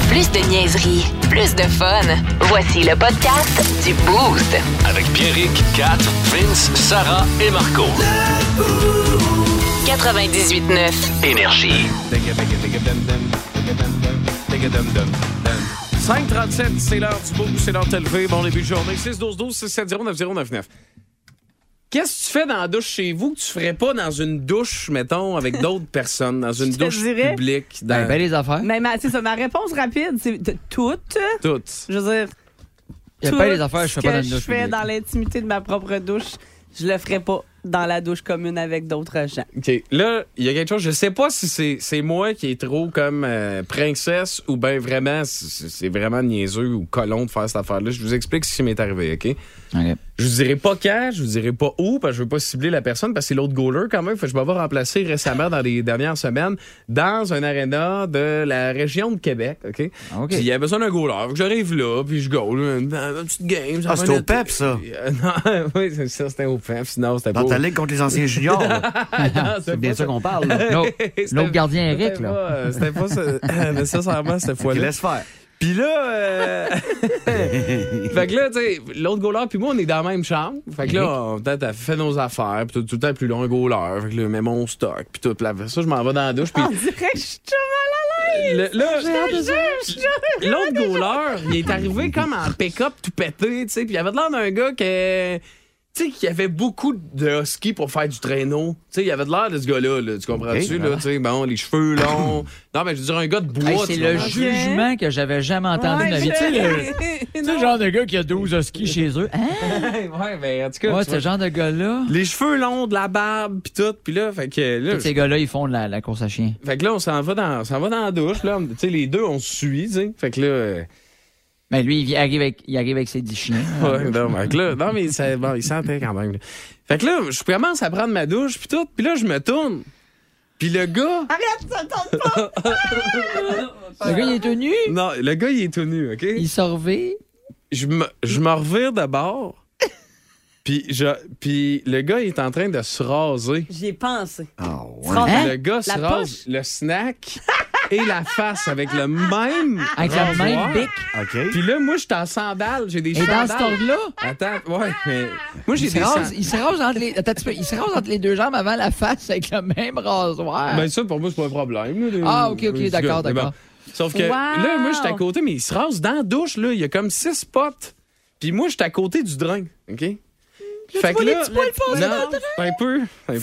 Plus de niaiserie, plus de fun. Voici le podcast du Boost. Avec Pierrick, Kat, Vince, Sarah et Marco. 98.9. Énergie. 5h37, c'est l'heure du Boost, c'est l'heure de te lever. Bon début de journée. 612-12-670-9099. Qu'est-ce que tu fais dans la douche chez vous que tu ferais pas dans une douche, mettons, avec d'autres personnes, dans une douche publique? Ben, les affaires. Mais c'est ça, ma réponse rapide, c'est toutes. Toutes. Je veux dire, Il y a tout pas les affaires, je fais ce pas dans que une je douche fais publique. dans l'intimité de ma propre douche, je le ferais pas dans la douche commune avec d'autres gens. OK. Là, il y a quelque chose. Je sais pas si c'est moi qui est trop comme princesse ou bien vraiment, c'est vraiment niaiseux ou colon de faire cette affaire-là. Je vous explique ce qui m'est arrivé, OK? OK. Je vous dirai pas quand, je vous dirai pas où, parce que je veux pas cibler la personne, parce que c'est l'autre goaler quand même. Fait que je m'avais remplacé récemment dans les dernières semaines dans un aréna de la région de Québec, OK? OK. Puis il y a besoin d'un goaler. Fait que j'arrive là, puis je goal. Une petite game. Ah, c'était au PEP, ça? Non, oui, c'est ça, c'était au PEP. Sinon, c'était pas Dans ta ligue contre les anciens juniors. C'est bien ça qu'on parle. C'était- L'autre gardien Eric, c'était là. pas, c'était pas ça, nécessairement cette Qui fois-là. laisse faire. Puis là, fait que là, tu sais, l'autre goaler puis moi, on est dans la même chambre. Fait que là, on peut-être fait nos affaires, puis tout le temps plus long, un goaler. Fait que là, met mon stock, puis tout. Puis là, ça, je m'en vais dans la douche. Puis On dirait que je suis trop mal à l'aise. l'autre goaler, il est arrivé comme en pick-up tout pété, tu sais. Puis il avait l'air d'un gars tu sais, qui avait beaucoup de ski pour faire du traîneau. Tu sais, il avait de l'air de ce gars-là, là, tu comprends-tu? Ok, Là, tu sais, bon, les cheveux longs. Non, mais je veux dire, un gars de bois. Hey, c'est tu le comprends? jugement que j'avais jamais entendu de ma vie. Tu sais, le genre de gars qui a 12 skis chez eux. Hein? Ouais, ben, en tout cas, Ouais, tu ce vois, genre de gars-là. les cheveux longs, de la barbe, pis tout. Puis là, fait que là, Tous ces gars-là, ils font de la course à chien. fait que là, on s'en va dans la douche, là. Tu sais, les deux, on se suit, tu sais. Fait que là, Mais lui, il arrive avec ses 10 chiens. ouais, non, fait que là, non, mais bon, il sentait quand même, là. Fait que là, je commence à prendre ma douche, puis tout. Puis là, je me tourne. Puis le gars. Arrête, ça tombe pas! Le gars, il est tout nu. Non, le gars, il est tout nu, OK? Il sorvait. Je me revire de bord. Puis le gars, il est en train de se raser. J'y ai pensé. Ah, ouais. Hein? Le gars se La rase poche. le snack et la face avec le même Avec la rasoir. même bic. OK. Puis là, moi, je suis en sandales. J'ai des Et dans sandales. cet ordre-là, Attends, ouais, mais moi, j'ai il des se rase, sandales. il se rase entre les... Attends un petit peu. Il se rase entre les deux jambes avant la face avec le même rasoir. Ben ça, pour moi, c'est pas un problème. Là. Ah, OK, d'accord, Mais bon. d'accord. Sauf que Wow. là, moi, je suis à côté, mais il se rase dans la douche, là. Il y a comme 6 spots. Puis moi, je suis à côté du drain, OK? Fait que là, non, un peu.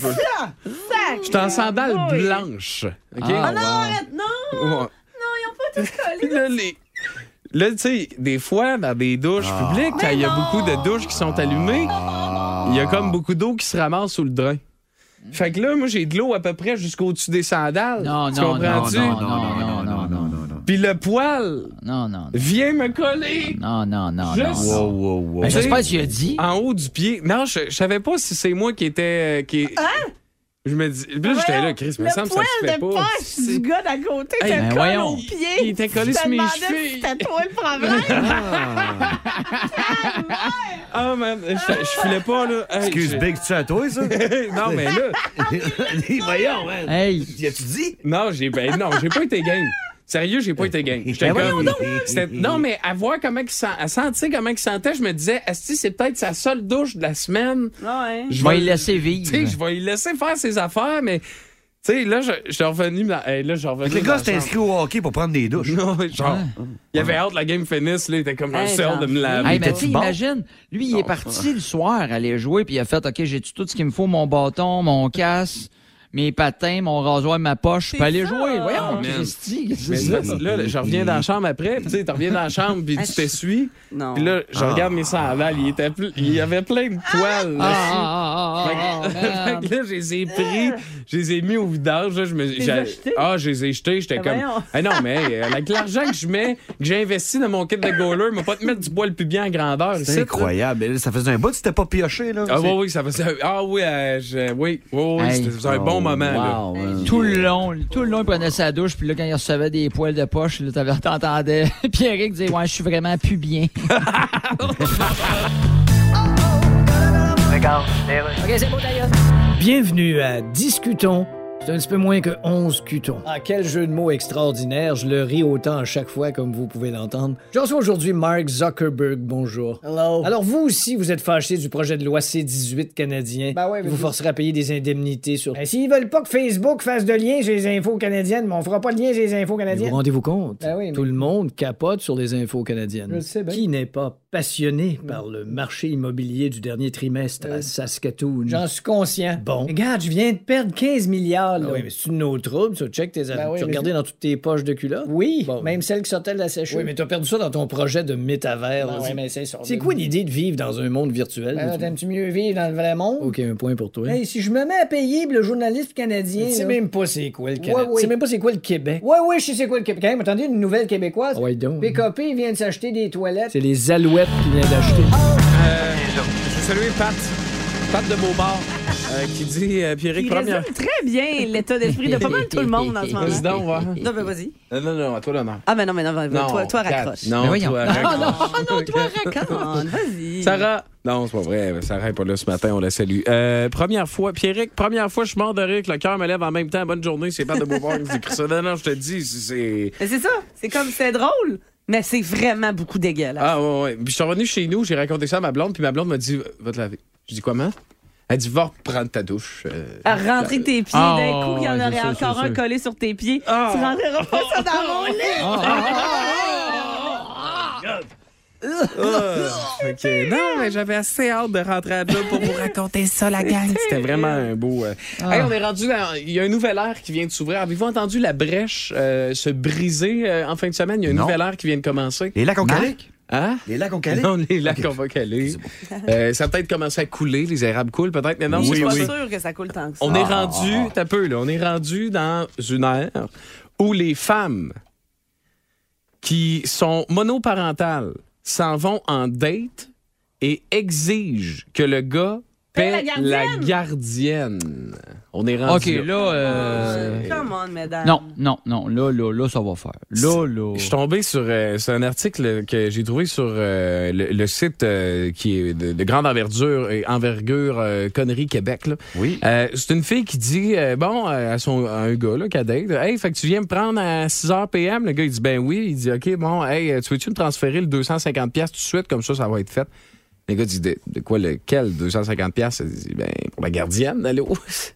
Je suis en sandales blanches, OK? Ah, Non, arrête, non! Ouais. Non, ils ont pas tous collé. Puis là, tu sais, des fois, dans des douches publiques, quand il y a beaucoup de douches qui sont allumées, il y a comme beaucoup d'eau qui se ramasse sous le drain. Fait que là, moi, j'ai de l'eau à peu près jusqu'au-dessus des sandales. Non, Tu non, comprends-tu? non. Puis le poil Non. vient me coller Non. Juste- Wow. Ben, Tu sais, j'espère que tu as dit. en haut du pied. Non, je savais pas si c'est moi qui était... Je me dis... Puis là, j'étais là, Chris, me Le semble que ça poil se fait de pas. poche du gars d'à côté Hey, te ben colle voyons. au pied. Il était collé Je sur te mes demandais chevilles. si c'était toi le problème. Ah, man, je filais pas, là. Hey, Excuse Big, tu à toi, ça? Non, mais là... Voyons, man. Hey, Y a-tu dit? Non, j'ai pas été game. Sérieux, j'ai pas été game. J'étais comme... Non, mais à voir comment à sentir comment il sentait, je me disais, asti, c'est peut-être sa seule douche de la semaine. Ouais. je vais y laisser Tu vivre. sais, je vais lui laisser faire ses affaires, mais... Tu sais, là, je suis revenu... Là, je suis revenu Les dans gars la s'étaient chambre. inscrits au hockey pour prendre des douches. Non, mais genre... Il avait hâte que la game finisse, là. Il était comme un Hey, seul de me laver. Hey, mais tu t'es-tu sais, bon? imagine, lui, il est parti le soir aller jouer, puis il a fait, OK, j'ai tout ce qu'il me faut, mon bâton, mon casque, mes patins, mon rasoir, ma poche, je peux aller ça. jouer. Voyons, Man. Christy, Mais c'est là, ça. là, je reviens dans la chambre après, tu sais, tu reviens dans la chambre, puis tu t'essuies. Non. Puis là, je regarde mes sandales, il y avait plein de poils. là. Man. Fait que là, je les ai pris, je les ai mis au vidange. Là, je les as jetés? je les ai jetés. J'étais Ben comme. voyons. Ah non, mais avec l'argent que je mets, que j'ai investi dans mon kit de goaler, je vais pas te mettre du poil pubien en grandeur. ici, C'est là. incroyable. Ça faisait un bout, c'était pas pioché, là. Ah oui, ça faisait. Ah oui, oui, Hey. c'était un bon moment. Là. Wow. Tout le long, il prenait sa douche, puis là, quand il recevait des poils de poche, là, t'entendais Pierrick dire, ouais, je suis vraiment plus bien. OK, c'est beau, d'ailleurs. Bienvenue à Discutons C'est un petit peu moins que 11 cutons. Ah, quel jeu de mots extraordinaire. Je le ris autant à chaque fois, comme vous pouvez l'entendre. Je reçois aujourd'hui Mark Zuckerberg. Bonjour. Hello. Alors, vous aussi, vous êtes fâché du projet de loi C-18 canadien. Ben oui, vous forcerez à payer des indemnités sur... S'ils veulent pas que Facebook fasse de lien sur les infos canadiennes, mais on fera pas de lien sur les infos canadiennes. Vous rendez-vous compte? Ben oui, mais... Tout le monde capote sur les infos canadiennes. Je le sais bien. Qui n'est pas passionné par le marché immobilier du dernier trimestre à Saskatoon? J'en suis conscient. Bon. Regarde, je viens de perdre 15 milliards. Là. Oui, mais c'est une autre trouble, ça. Check tes affaires. Tu as regardé dans toutes tes poches de culottes? Oui, bon. Même celles qui sortaient de la sécheuse. Oui, mais t'as perdu ça dans ton projet de métavers. Oui, mais c'est ça. C'est quoi l'idée de vivre dans un monde virtuel? Ben, t'aimes-tu mieux vivre dans le vrai monde? OK, un point pour toi. Hey, si je me mets à payer le journaliste canadien... Tu sais même pas c'est quoi le Canada. Tu sais même pas c'est quoi le Québec. Ouais, je sais c'est quoi le Québec. Quand même, attendez, une nouvelle québécoise. Ouais, donc. PKP vient de s'acheter des toilettes. C'est les Alouettes qui viennent d'acheter. Je veux saluer Pat de Beauport, qui dit, Pierrick, première... résume très bien l'état d'esprit de pas mal tout le monde en ce moment. Vas-y donc, va. Non, ben vas-y. Non, à toi l'honneur. Ah, ben non, toi raccroche. Non, toi raccroche. Vas-y. Sarah... Non, c'est pas vrai. Sarah n'est pas là ce matin, on la salue. Première fois, Pierrick, je suis mort de rire que le cœur me lève en même temps. Bonne journée, c'est Pat de Beauport qui dit ça. Non, je te dis, c'est... Mais c'est ça, c'est drôle. Mais c'est vraiment beaucoup dégueulasse. Ah, ouais. Puis je suis revenu chez nous, j'ai raconté ça à ma blonde, puis ma blonde m'a dit, va te laver. Je dis, comment? Elle dit, va reprendre ta douche. À rentrer tes pieds d'un coup, il y en aurait encore un collé sur tes pieds. Tu rentreras pas ça dans mon lit. Okay. Non, mais j'avais assez hâte de rentrer à la job pour vous raconter ça, la gang. C'était vraiment un beau... Hey, on est rendu dans... Il y a un nouvel ère qui vient de s'ouvrir. Avez-vous entendu la brèche se briser en fin de semaine? Il y a un nouvel ère qui vient de commencer. Les lacs Ocaliques? Hein? Les lacs Ocaliques? Non, les lacs on va caler. Ça a peut-être commencé à couler, les érables coulent peut-être, mais non. Je suis pas sûr que ça coule tant que ça. On est rendu, t'as peu, là, on est rendu dans une ère où les femmes qui sont monoparentales s'en vont en date et exigent que le gars paie la gardienne. On est rendu Come on, mesdames. Non. Là, ça va faire. Là. Je suis tombé sur un article que j'ai trouvé sur le site qui est de grande envergure Conneries Québec. Là. Oui. C'est une fille qui dit, à un gars là, qui a date, hey, fait que tu viens me prendre à 6h PM. Le gars, il dit, ben oui. Il dit, OK, bon, hey, tu veux-tu me transférer le 250$ tout de suite, comme ça va être fait. Le gars dit, de quoi, lequel 250$? Il dit, ben, pour la gardienne, allô?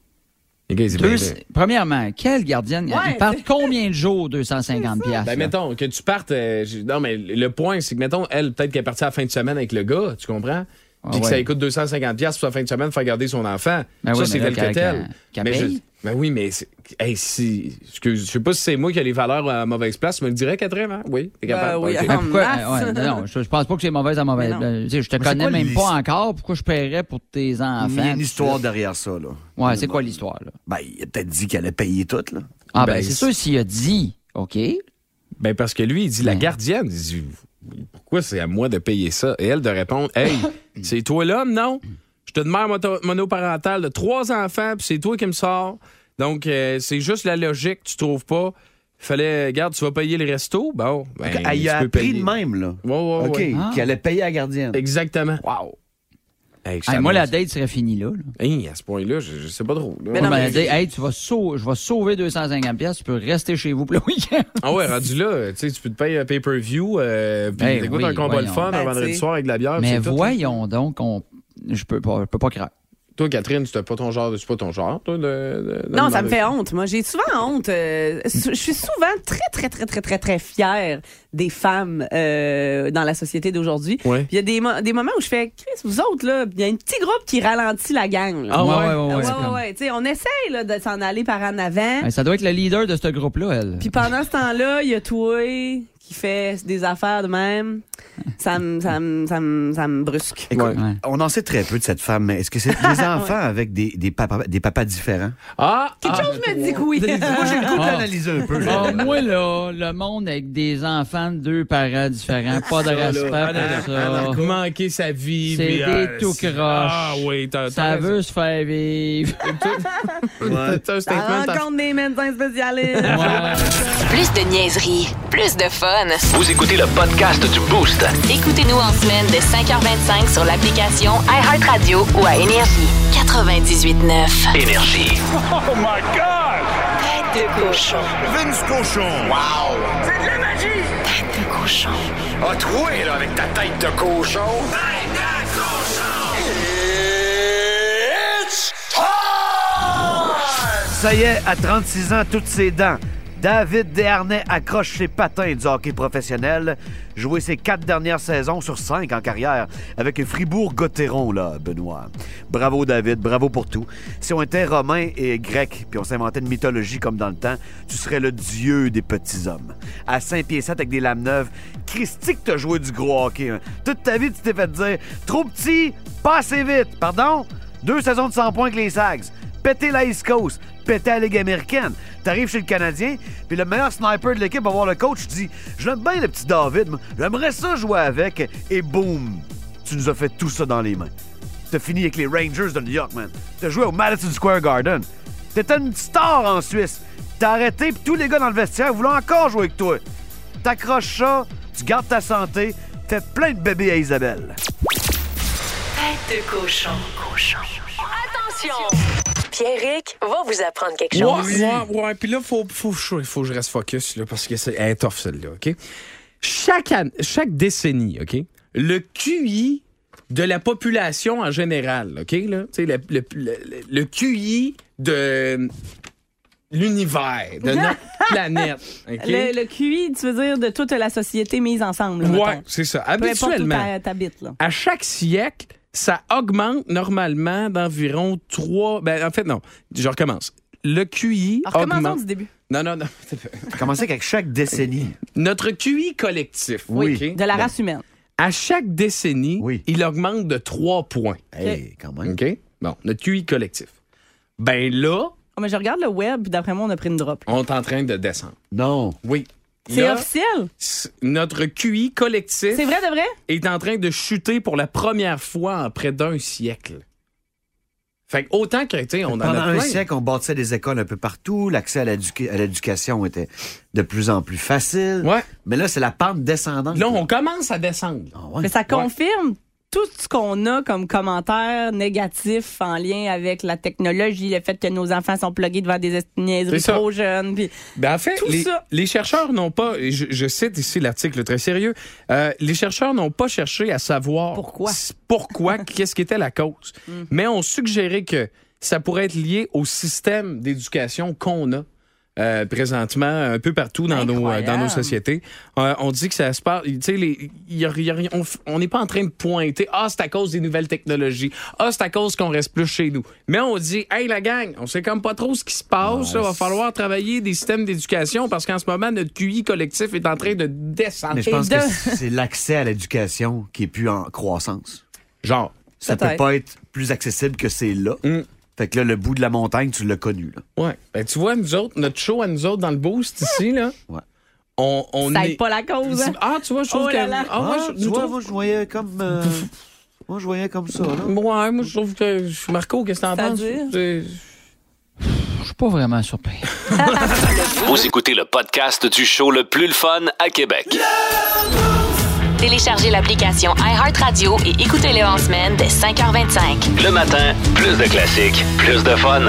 Le gars, il dit, premièrement, quelle gardienne? Ils partent combien de jours, 250$? Ben, mettons, que tu partes... non, mais le point, c'est que, mettons, elle, peut-être qu'elle est partie à la fin de semaine avec le gars, tu comprends? Puis que ça coûte 250$ pour la fin de semaine pour faire garder son enfant. Ben ça, oui, c'est tel que tel. Mais oui, mais... je sais pas si c'est moi qui ai les valeurs à mauvaise place. Tu me le dirais, Catherine? Hein? Oui, t'es capable. Oui, okay. Non, je pense pas que c'est mauvaise à mauvaise. Je te connais même pas encore. Pourquoi je paierais pour tes enfants? Il y a une histoire derrière ça, là. Ouais, c'est quoi l'histoire, là? Ben, il a peut-être dit qu'elle allait payer tout, là. Ah, ben, c'est sûr s'il a dit, OK. Ben, parce que lui, il dit la gardienne. Il dit, pourquoi c'est à moi de payer ça? Et elle de répondre, hey, c'est toi l'homme, non? Je te demande monoparentale de 3 enfants, puis c'est toi qui me sors. Donc, c'est juste la logique, tu trouves pas? Fallait, regarde, tu vas payer le resto? Bon, ben, il a appris de même, là. Ouais. OK, qu'il allait payer à la gardienne. Exactement. Wow. Hey, moi, la date serait finie là. Hey, à ce point-là, je sais pas trop. Là. Mais non, mais je vais sauver 250$, tu peux rester chez vous pour le week-end. Ah ouais, rendu là, tu peux te payer un pay-per-view, puis t'écoutes un combat de fun un vendredi soir avec de la bière. Mais voyons donc, je peux pas croire. Toi, Catherine, c'est pas ton genre, toi, non, ça me fait honte. Moi, j'ai souvent honte. Je suis souvent très fière des femmes dans la société d'aujourd'hui. Ouais. Il y a des moments où je fais, Chris, vous autres, là, il y a un petit groupe qui ralentit la gang. Là. Ouais. T'sais, on essaye là, de s'en aller par en avant. Ça doit être le leader de ce groupe-là, elle. Puis pendant ce temps-là, il y a toi qui fait des affaires de même. Ça me brusque. Écoute, on en sait très peu de cette femme, mais est-ce que c'est des enfants avec des papas différents? Quelque chose me dit que oui. Moi, j'ai le goût d'analyser un peu. Moi, là, le monde avec des enfants de 2 parents différents, pas de respect pour ça. Manquer sa vie. C'est des tout croches. Ah oui, ça veut se faire vivre. Ça rencontre des médecins spécialistes. Plus de niaiserie, plus de fun. Vous écoutez le podcast du Boost. Écoutez-nous en semaine de 5h25 sur l'application iHeartRadio ou à Énergie. 98.9. Énergie. Oh my God! Tête de cochon. Vince Cochon. Wow! C'est de la magie! Tête de cochon. A troué, là, avec ta tête de cochon. Tête de cochon! It's time! Ça y est, à 36 ans, toutes ses dents. David Desharnais accroche ses patins du hockey professionnel. Joué ses 4 dernières saisons sur 5 en carrière avec Fribourg-Gotteron, là, Benoît. Bravo, David, bravo pour tout. Si on était romain et grec, puis on s'inventait une mythologie comme dans le temps, tu serais le dieu des petits hommes. À 5 pieds 7 avec des lames neuves, Christy que t'as joué du gros hockey. Hein. Toute ta vie, tu t'es fait dire « Trop petit, pas assez vite. » Pardon? 2 saisons de 100 points avec les Sags. Péter la East Coast, péter la Ligue américaine. T'arrives chez le Canadien, puis le meilleur sniper de l'équipe va voir le coach, tu dis « Je l'aime bien, le petit David, j'aimerais ça jouer avec. » Et boum, tu nous as fait tout ça dans les mains. T'as fini avec les Rangers de New York, man. T'as joué au Madison Square Garden. T'étais une star en Suisse. T'as arrêté, puis tous les gars dans le vestiaire voulaient encore jouer avec toi. T'accroches ça, tu gardes ta santé, fais plein de bébés à Isabelle. Tête de cochon. Attention! Pierrick va vous apprendre quelque chose. Ouais. Puis là, faut que je reste focus, là, parce que c'est tough, celle-là, OK? Chaque décennie, OK? Le QI de la population en général, OK? Là, le QI de l'univers, de notre planète. Okay? Le QI, tu veux dire, de toute la société mise ensemble. Oui, mettons. c'est ça. Peu importe Habituellement, où t'habites, là. à chaque siècle, ça augmente normalement d'environ 3... Ben, en fait, non. Je recommence. Le QI Recommençons augmente... du début. Non. Commencez avec chaque décennie. Notre QI collectif, Oui. OK? De la race humaine. À chaque décennie, Oui. il augmente de 3 points. Hey, quand même. OK? Bon, notre QI collectif. Ben là, Oh, mais je regarde le web, puis d'après moi, on a pris une drop. on est en train de descendre. Non. Oui. C'est Là, officiel? notre QI collectif C'est vrai de vrai? est en train de chuter pour la première fois en près d'un siècle. Fait que autant que, tu sais, on en Pendant a un plein. siècle, on bâtissait des écoles un peu partout. L'accès à l'éducation était de plus en plus facile. Ouais. Mais là, c'est la pente descendante. Là, on commence à descendre. Ah ouais? Mais ça confirme tout ce qu'on a comme commentaires négatifs en lien avec la technologie, le fait que nos enfants sont plugués devant des niaiseries C'est ça. trop jeunes. Puis Ben en fait, Tout ça. les chercheurs n'ont pas, et je cite ici l'article très sérieux, les chercheurs n'ont pas cherché à savoir Pourquoi? qu'est-ce qui était la cause, mais ont suggéré que ça pourrait être lié au système d'éducation qu'on a présentement un peu partout dans nos sociétés. On dit que ça se passe, tu sais, on n'est pas en train de pointer « Ah, c'est à cause des nouvelles technologies. Ah, c'est à cause qu'on reste plus chez nous. » Mais on dit « Hey, la gang, on sait comme pas trop ce qui se passe. Il va falloir travailler des systèmes d'éducation parce qu'en ce moment, notre QI collectif est en train de descendre. » Mais je pense que c'est l'accès à l'éducation qui est plus en croissance. Genre. Ça peut pas être plus accessible que c'est là. Fait que là, le bout de la montagne, tu l'as connu. Là. Ouais. Ben, tu vois, nous autres, notre show à nous autres dans le boost ici, là, Ouais. on ça est... aide pas la cause. Hein? Ah, tu vois, je trouve Oh que... là là. Ah, moi, Tu vois, moi, je voyais comme... moi, je voyais comme ça, là. Ouais, moi, je trouve que... Marco, qu'est-ce que t'en penses? C'est-à-dire? Je suis pas vraiment surpris. Vous écoutez le podcast du show le plus le fun à Québec. Téléchargez l'application iHeartRadio et écoutez-le en semaine dès 5h25. Le matin, plus de classiques, plus de fun.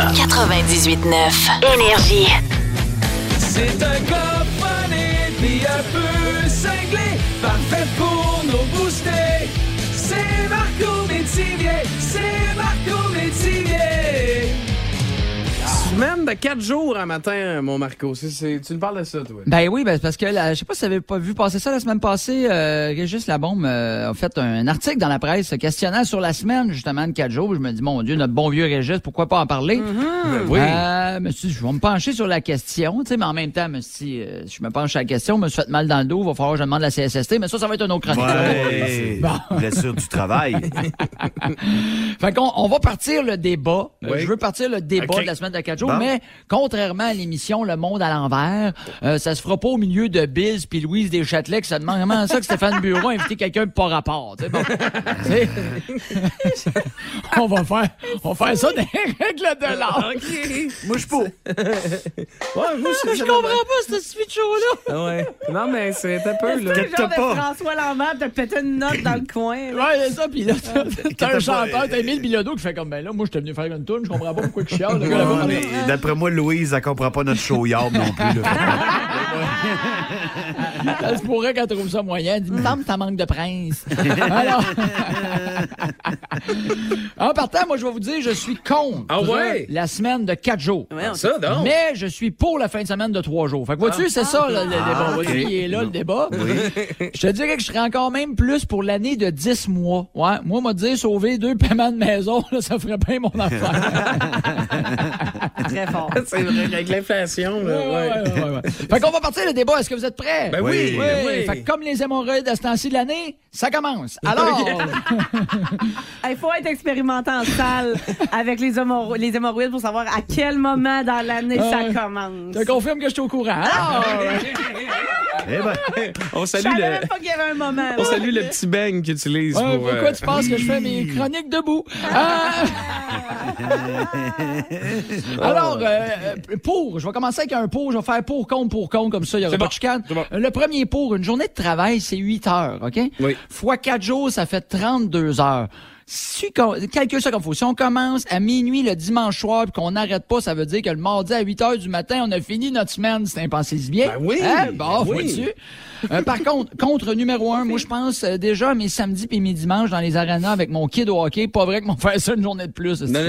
98.9 Énergie. C'est un gars funny puis un peu cinglé, parfait pour nos booster. C'est Marco Métivier, c'est Marco Métivier. Semaine de 4 jours à matin, mon Marco. Tu nous parles de ça, toi? Ben oui, ben c'est parce que je sais pas si vous avez pas vu passer ça la semaine passée. Régis Labombe a fait un article dans la presse questionnant sur la semaine justement de 4 jours. Je me dis, mon Dieu, notre bon vieux Régis, pourquoi pas en parler? Oui. Je me suis dit, je vais me pencher sur la question, tu sais, mais en même temps, si je me penche sur la question, je me suis fait mal dans le dos, il va falloir que je demande la CSST, mais ça va être un autre chronique. Ouais, blessure du travail. Fait qu'on on va partir le débat. Oui. Je veux partir le débat de la semaine de 4 jours, mais contrairement à l'émission Le Monde à l'envers, ça se fera pas au milieu de Bills puis Louise Deschâtelet qui se demande comment ça que Stéphane Bureau a invité quelqu'un de pas rapport. Bon. on va faire ça dans les règles de l'art. Moi, je peux. Ouais, moi, Je comprends pas ce suite show-là. Ah ouais. Non, mais c'est un peu, là. Le genre de François Lambert te péter une note dans le coin. Là. Ouais, c'est ça. Puis là, t'as un chanteur, t'as Émile Bilodeau qui fait comme, ben là, moi, j'étais venu faire une tourne, je comprends pas pourquoi il chiale. Le gars, là-bas. D'après moi, Louise, elle comprend pas notre show yard non plus. Ça se pourrait qu'elle trouve ça moyen. Il me semble que ça manque de prince. Alors... en partant, moi, je vais vous dire, je suis contre la semaine de 4 jours. Ça, donc. Mais je suis pour la fin de semaine de 3 jours. Fait que vois-tu, c'est ça le débat. Vois-tu, il est là, le débat. Oui. Je te dirais que je serais encore même plus pour l'année de 10 mois. Ouais. Moi, m'a dit sauver 2 paiements de maison, là, ça ferait bien mon affaire. Très fort. C'est vrai, avec l'inflation. Là, ouais. Fait qu'on va partir le débat. Est-ce que vous êtes prêts? Ben oui. Fait que comme les hémorroïdes à ce temps-ci de l'année, ça commence. Alors... Il faut être expérimenté en salle avec les hémorroïdes pour savoir à quel moment dans l'année ça commence. Je te confirme que je suis au courant. Alors... on salue je savais même pas qu'il y avait un moment. On salue le petit beigne qu'il utilise pour... Pourquoi tu penses que je fais mes chroniques debout? Alors, je vais commencer avec un pour. Je vais faire pour, contre, comme ça, il y aura pas de chicane. Le premier pour, une journée de travail, c'est 8 heures, OK? Oui. Fois 4 jours, ça fait 32 heures. Calcule ça comme faut. Si on commence à minuit le dimanche soir et qu'on n'arrête pas, ça veut dire que le mardi à 8 heures du matin, on a fini notre semaine. C'est impensé bien. Ben oui. Vois-tu? Par contre numéro 1, moi, je pense déjà mes samedis et mes dimanches dans les arénas avec mon kid au hockey. Pas vrai qu'ils vont faire ça une journée de plus. Non.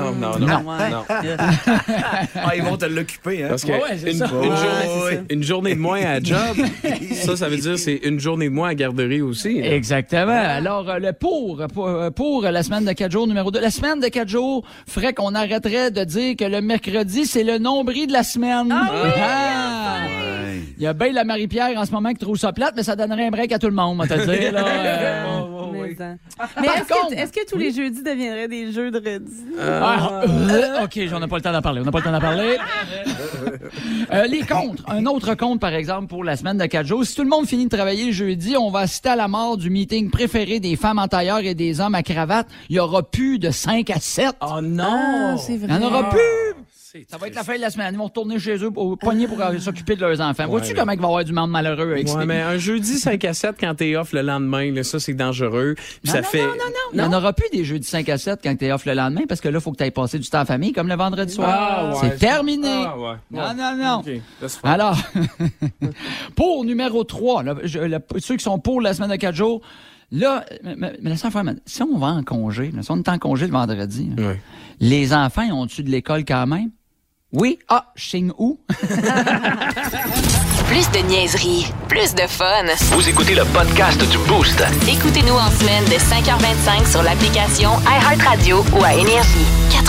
Ils vont te l'occuper, hein? Parce que une journée de moins à job, ça veut dire c'est une journée de moins à garderie aussi. Là. Exactement. Alors, le pour la semaine de 4 jours, numéro 2. La semaine de 4 jours ferait qu'on arrêterait de dire que le mercredi, c'est le nombril de la semaine. Il y a bien la Marie-Pierre en ce moment qui trouve ça plate, mais ça donnerait un break à tout le monde, on va te dire. Là, Mais est-ce que tous les jeudis deviendraient des jeux de redis? OK, on n'a pas le temps d'en parler. Les contres. Un autre compte, par exemple, pour la semaine de 4 jours. Si tout le monde finit de travailler le jeudi, on va assister à la mort du meeting préféré des femmes en tailleur et des hommes à cravate. Il n'y aura plus de 5 à 7. Oh non! C'est vrai. Il n'y en aura plus! Ça va être la fin de la semaine. Ils vont retourner chez eux au poignet pour s'occuper de leurs enfants. Vois-tu comment il va y avoir du monde malheureux avec ça? Mais un jeudi 5 à 7 quand t'es off le lendemain, là, ça, c'est dangereux. Puis non. Il n'y en aura plus des jeudis 5 à 7 quand t'es off le lendemain parce que là, il faut que t'ailles passer du temps en famille comme le vendredi soir. C'est terminé. Non. Okay. Alors, pour numéro 3, ceux qui sont pour la semaine de 4 jours, là, mais laisse-moi faire, si on va en congé, si on est en congé le vendredi, les enfants, ils ont-tu de l'école quand même? Oui. Je signe où? Plus de niaiserie, plus de fun. Vous écoutez le podcast du Boost. Écoutez-nous en semaine de 5h25 sur l'application iHeartRadio ou à Énergie.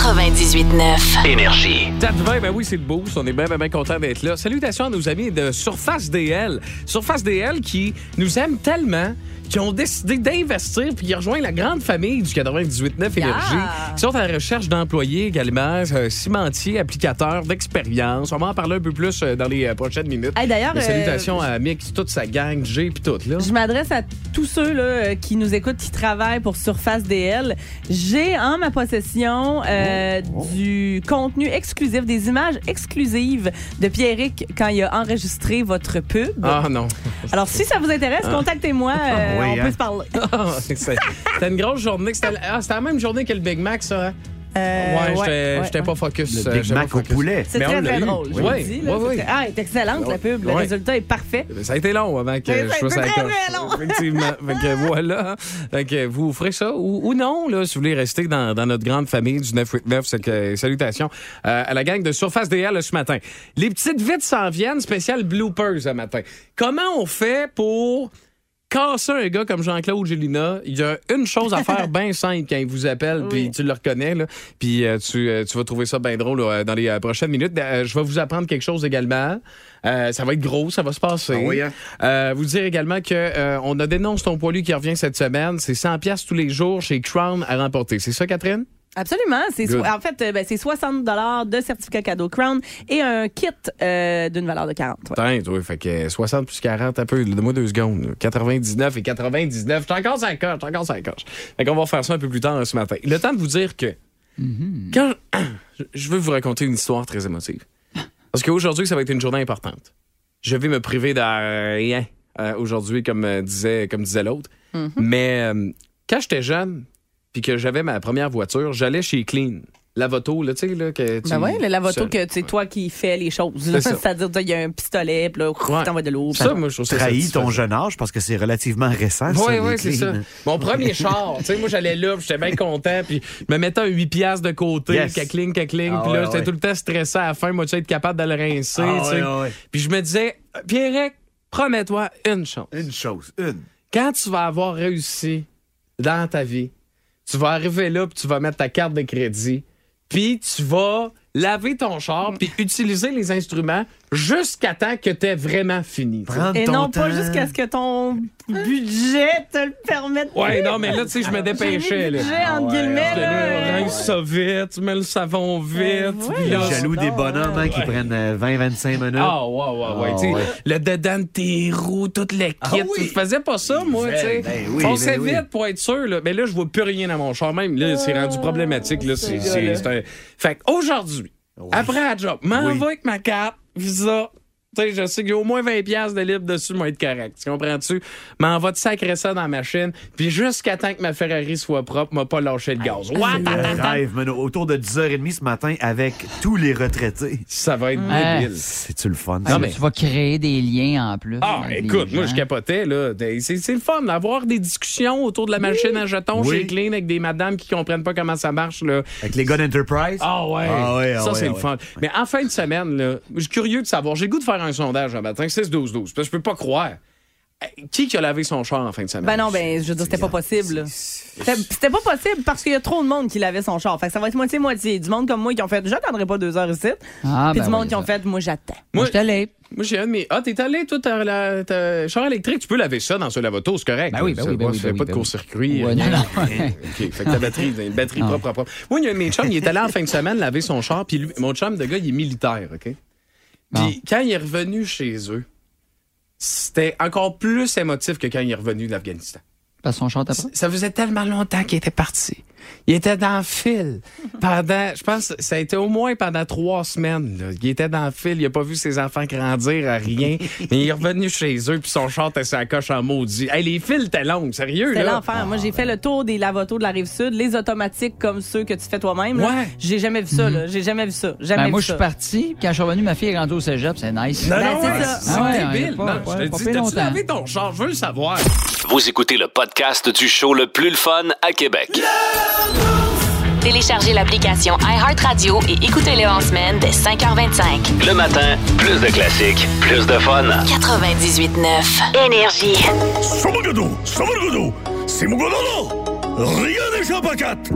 98.9. Énergie. 4h20, ben oui, c'est le Boost. On est bien contents d'être là. Salutations à nos amis de Surface DL. Surface DL qui nous aiment tellement qui ont décidé d'investir puis qui rejoignent la grande famille du 98.9 Énergie, qui sont à la recherche d'employés également, cimentiers, applicateurs d'expérience. On va en parler un peu plus dans les prochaines minutes. D'ailleurs, salutations à Mix, toute sa gang, G puis tout. Là. Je m'adresse à tous ceux là, qui nous écoutent, qui travaillent pour Surface DL. J'ai en ma possession du contenu exclusif, des images exclusives de Pierrick quand il a enregistré votre pub. Ah non. Alors, si ça vous intéresse, contactez-moi. On peut se parler. C'était une grosse journée. C'était la même journée que le Big Mac, ça, hein? J'étais pas focus. Le Big Mac au poulet. C'est très drôle. Je vous le dis, là, elle est excellente, la pub. Le résultat est parfait. Ça a été long avant que je fasse la coche. Très long. Effectivement. Voilà. Vous ferez ça ou non, là, si vous voulez rester dans notre grande famille du 989. Salutations à la gang de Surface DL ce matin. Les petites vites s'en viennent, spécial bloopers ce matin. Comment on fait pour casser un gars comme Jean-Claude Gélina? Il y a une chose à faire bien simple quand il vous appelle, puis tu le reconnais, là, puis tu vas trouver ça bien drôle là, dans les prochaines minutes. Je vais vous apprendre quelque chose également. Ça va être gros, ça va se passer. Vous dire également que on a Dénonce ton poilu qui revient cette semaine. C'est 100$ tous les jours chez Crown à remporter. C'est ça, Catherine? Absolument. En fait, c'est 60 $ de certificat cadeau Crown et un kit d'une valeur de 40. Oui, fait que 60 plus 40, un peu. Donne-moi 2 secondes. 99 et 99. J'étais encore 5 coches. Fait qu'on va faire ça un peu plus tard ce matin. Le temps de vous dire que quand je veux vous raconter une histoire très émotive. Parce qu'aujourd'hui, ça va être une journée importante. Je vais me priver de rien aujourd'hui, comme disait l'autre. Mais quand j'étais jeune, puis que j'avais ma première voiture, j'allais chez Clean, lavoto, là, tu sais, là, que tu... Ben oui, le lavoto que c'est toi qui fais les choses. Là. C'est-à-dire, il y a un pistolet, puis là, t'envoies de l'eau. Ça, moi, je trouve ça trahit ton jeune âge parce que c'est relativement récent. Oui, c'est ça. Mon premier char, tu sais, moi, j'allais là, puis j'étais bien content, puis je me mettais un 8$ de côté, cacling, puis là, j'étais tout le temps stressé à la fin, moi, tu sais, être capable de le rincer, tu sais. Puis je me disais, Pierre, promets-toi une chose. Quand tu vas avoir réussi dans ta vie, tu vas arriver là, puis tu vas mettre ta carte de crédit, puis tu vas laver ton char, puis utiliser les instruments jusqu'à temps que tu aies vraiment fini. Et non pas jusqu'à ce que ton budget te le permette. Ouais, non, mais là, tu sais, je me dépêchais. Budget, entre guillemets. Rince ça vite, tu mets le savon vite. Jaloux des bonhommes qui prennent 20-25 minutes. Ah, ouais. Le dedans de tes roues, tout le kit. Tu faisais pas ça, moi, tu sais. Fonçais vite pour être sûr. Là. Mais là, je vois plus rien dans mon char. Même là, c'est rendu problématique. Là. Fait qu'aujourd'hui, après la job, m'en va avec ma carte, Visa. Tu sais, je sais qu'il y a au moins 20$ de libre dessus, moi, être correct. Tu comprends-tu? M'en va te sacrer ça dans la machine, puis jusqu'à temps que ma Ferrari soit propre, m'a pas lâché le gaz. Rêve, autour de 10h30 ce matin avec tous les retraités. Ça va être débile. C'est-tu le fun? Non, mais tu vas créer des liens en plus. Ah, écoute, moi, je capotais, là. C'est le fun d'avoir des discussions autour de la machine à jetons chez Clean avec des madames qui comprennent pas comment ça marche, là. Avec les gars d'Enterprise? Ah ouais. Ça, c'est le fun. Mais en fin de semaine, là, je suis curieux de savoir. J'ai le goût de faire un sondage un matin, 6-12-12. Parce que je peux pas croire. Qui a lavé son char en fin de semaine? Ben non, je veux dire, c'était pas possible. C'était pas possible parce qu'il y a trop de monde qui lavait son char. Fait que ça va être moitié-moitié. Du monde comme moi qui ont fait, j'attendrai pas 2 heures ici. Puis du monde qui ont fait, moi, j'attends. Moi, je suis allé. Moi, j'ai un de mes... Ah, t'es allé, toi, t'as char électrique, tu peux laver ça dans ce lavoto, c'est correct. Ben oui, tu fais pas de court-circuit. Ouais, non. OK, fait que ta batterie, une batterie propre. Moi, il y a un de mes chums, il est allé en fin de semaine laver son char, puis mon chum de gars, il est militaire, OK? Puis quand il est revenu chez eux, c'était encore plus émotif que quand il est revenu de l'Afghanistan. Parce que son char t'apprend? Ça faisait tellement longtemps qu'il était parti. Il était dans le fil. Je pense que ça a été au moins pendant 3 semaines. Là. Il était dans le fil. Il n'a pas vu ses enfants grandir à rien. Mais il est revenu chez eux, puis son char était sur la coche en maudit. Hey, les fils étaient longs, sérieux. C'est l'enfer. Moi, j'ai fait le tour des lavotos de la Rive-Sud, les automatiques comme ceux que tu fais toi-même. Là. Ouais. J'ai jamais vu ça. Là. J'ai jamais vu ça. Moi, je suis parti. Quand je suis revenu, ma fille est grandie au cégep. C'est nice. Non, c'est ça. C'est débile. Je te dis, t'as-tu lavé ton char? Je veux le savoir. Vous écoutez le podcast du show le plus le fun à Québec. Téléchargez l'application iHeartRadio et écoutez-le en semaine dès 5h25. Le matin, plus de classiques, plus de fun. 98.9 Énergie. C'est mon rien n'échappe à 4.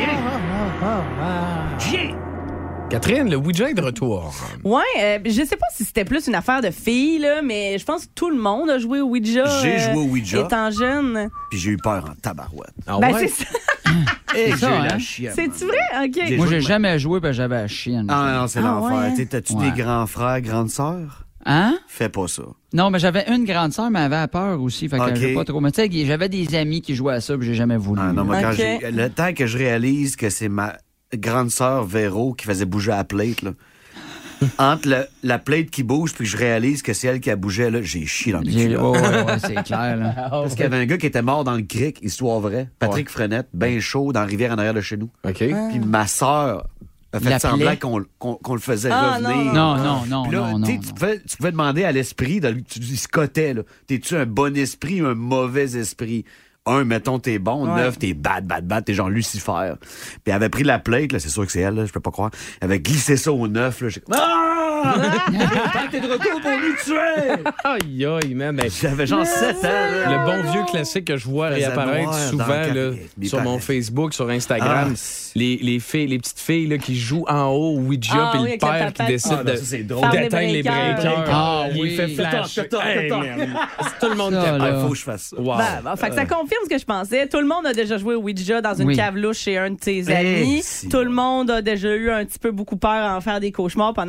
Catherine, le Ouija est de retour. Ouais, je sais pas si c'était plus une affaire de filles, là, mais je pense que tout le monde a joué au Ouija. J'ai joué au Ouija. Étant jeune. Puis j'ai eu peur en tabarouette. Ah ouais? C'est ça. Et j'ai eu la hein? chienne. C'est-tu vrai? OK. Moi, j'ai jamais joué parce que j'avais la chienne. Ah non, c'est l'enfer. Ouais. T'as-tu des grands frères, grandes sœurs? Hein? Fais pas ça. Non, mais j'avais une grande sœur, mais elle avait peur aussi. Fait que j'ai pas trop. Mais tu sais, j'avais des amis qui jouaient à ça, puis j'ai jamais voulu. Ah non, mais le temps que je réalise que c'est ma grande sœur Véro qui faisait bouger la plate, là. Entre la plate qui bouge puis je réalise que c'est elle qui a bougé, là, j'ai chié dans mes culottes. Ouais, c'est clair, là. Parce qu'il y avait un gars qui était mort dans le crick, histoire vraie. Patrick Frenette, bien chaud, dans la rivière en arrière de chez nous. OK. Puis ma sœur a fait semblant qu'on le faisait revenir. Non. Puis là, tu pouvais demander à l'esprit, il se cotait, là. T'es-tu un bon esprit ou un mauvais esprit? 1, mettons, t'es bon. 9, t'es bad. T'es genre Lucifer. Puis elle avait pris la plate, là, c'est sûr que c'est elle, là, je peux pas croire. Elle avait glissé ça au 9, là. T'es de retour pour nous tuer! Aïe, man. J'avais genre 7 ans, là. Le bon vieux classique que je vois réapparaître souvent là, sur mon Facebook, sur Instagram. Les petites filles là, qui jouent en haut au Ouija, puis le père qui décide d'éteindre les breakers. Il fait flash. Tout le monde il faut que je fasse ça. Wow. Fait que ça confirme ce que je pensais. Tout le monde a déjà joué au Ouija dans une cave louche chez un de tes amis. Tout le monde a déjà eu un petit peu beaucoup peur à en faire des cauchemars pendant une couple de nuits.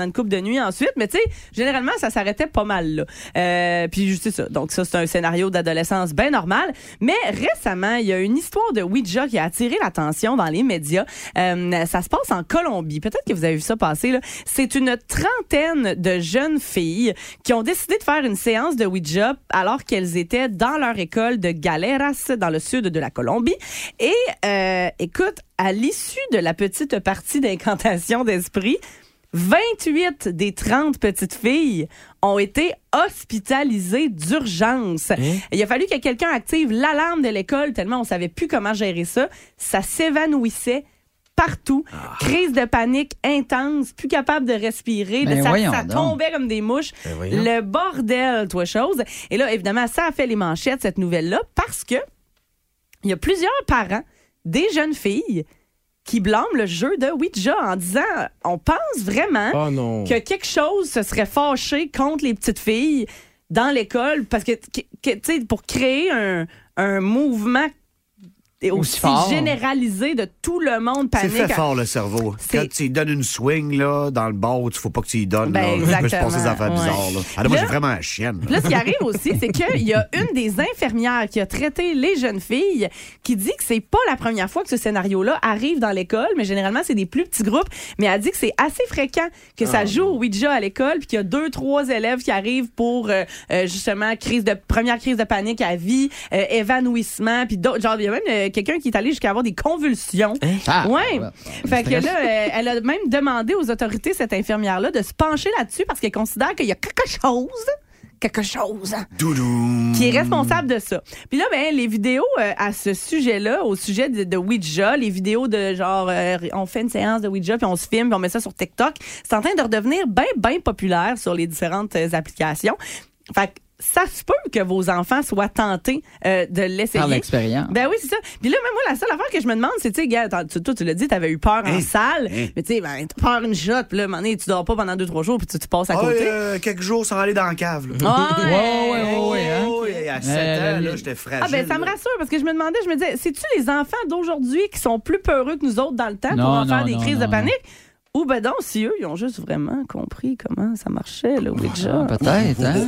nuit ensuite. Mais tu sais, généralement, ça s'arrêtait pas mal là. Puis c'est ça. Donc ça, c'est un scénario d'adolescence bien normal. Mais récemment, il y a une histoire de Ouija qui a attiré l'attention dans les médias. Ça se passe en Colombie. Peut-être que vous avez vu ça passer, là. C'est une trentaine de jeunes filles qui ont décidé de faire une séance de Ouija alors qu'elles étaient dans leur école de Galeras, dans le sud de la Colombie. Et écoute, à l'issue de la petite partie d'incantation d'esprit, 28 des 30 petites filles ont été hospitalisées d'urgence. Il a fallu que quelqu'un active l'alarme de l'école tellement on savait plus comment gérer ça. Ça s'évanouissait partout. Crise de panique intense, plus capable de respirer. Ça tombait comme des mouches. Le bordel, toi chose. Et là, évidemment, ça a fait les manchettes, cette nouvelle-là, parce que il y a plusieurs parents des jeunes filles qui blâment le jeu de Ouija en disant on pense vraiment que quelque chose se serait fâché contre les petites filles dans l'école parce que tu sais, pour créer un mouvement aussi généralisé de tout le monde panique. C'est fait fort, le cerveau. Quand tu lui donnes une swing là, dans le bar où il ne faut pas que tu lui donnes, il peut se passer des affaires bizarres. Là. Alors moi, j'ai vraiment un chien. Là, ce qui arrive aussi, c'est qu'il y a une des infirmières qui a traité les jeunes filles qui dit que c'est pas la première fois que ce scénario-là arrive dans l'école, mais généralement, c'est des plus petits groupes. Mais elle dit que c'est assez fréquent que ça joue au Ouija à l'école puis qu'il y a 2-3 élèves qui arrivent pour, justement, première crise de panique à vie, évanouissement, puis d'autres. Genre, il y a même quelqu'un qui est allé jusqu'à avoir des convulsions. Fait que là, elle a même demandé aux autorités, cette infirmière-là, de se pencher là-dessus parce qu'elle considère qu'il y a quelque chose qui est responsable de ça. Puis là, les vidéos à ce sujet-là, au sujet de Ouija, les vidéos de genre, on fait une séance de Ouija, puis on se filme, puis on met ça sur TikTok, c'est en train de redevenir bien populaire sur les différentes applications. Fait que ça se peut que vos enfants soient tentés de l'essayer. Par l'expérience. Ben oui, c'est ça. Puis là, même moi, la seule affaire que je me demande, c'est, tu sais, gars, toi, tu l'as dit, t'avais eu peur en salle. Mais tu sais, t'as peur une shot, puis là, à un moment donné, tu dors pas pendant 2-3 jours, puis tu passes à côté. Quelques jours sans aller dans la cave. À 7 ans, là, j'étais fragile. Ça me rassure, parce que je me demandais, je me disais, c'est-tu les enfants d'aujourd'hui qui sont plus peureux que nous autres dans le temps pour en faire des crises de panique? Ou donc, si eux, ils ont juste vraiment compris comment ça marchait, le Ouija. Peut-être, hein?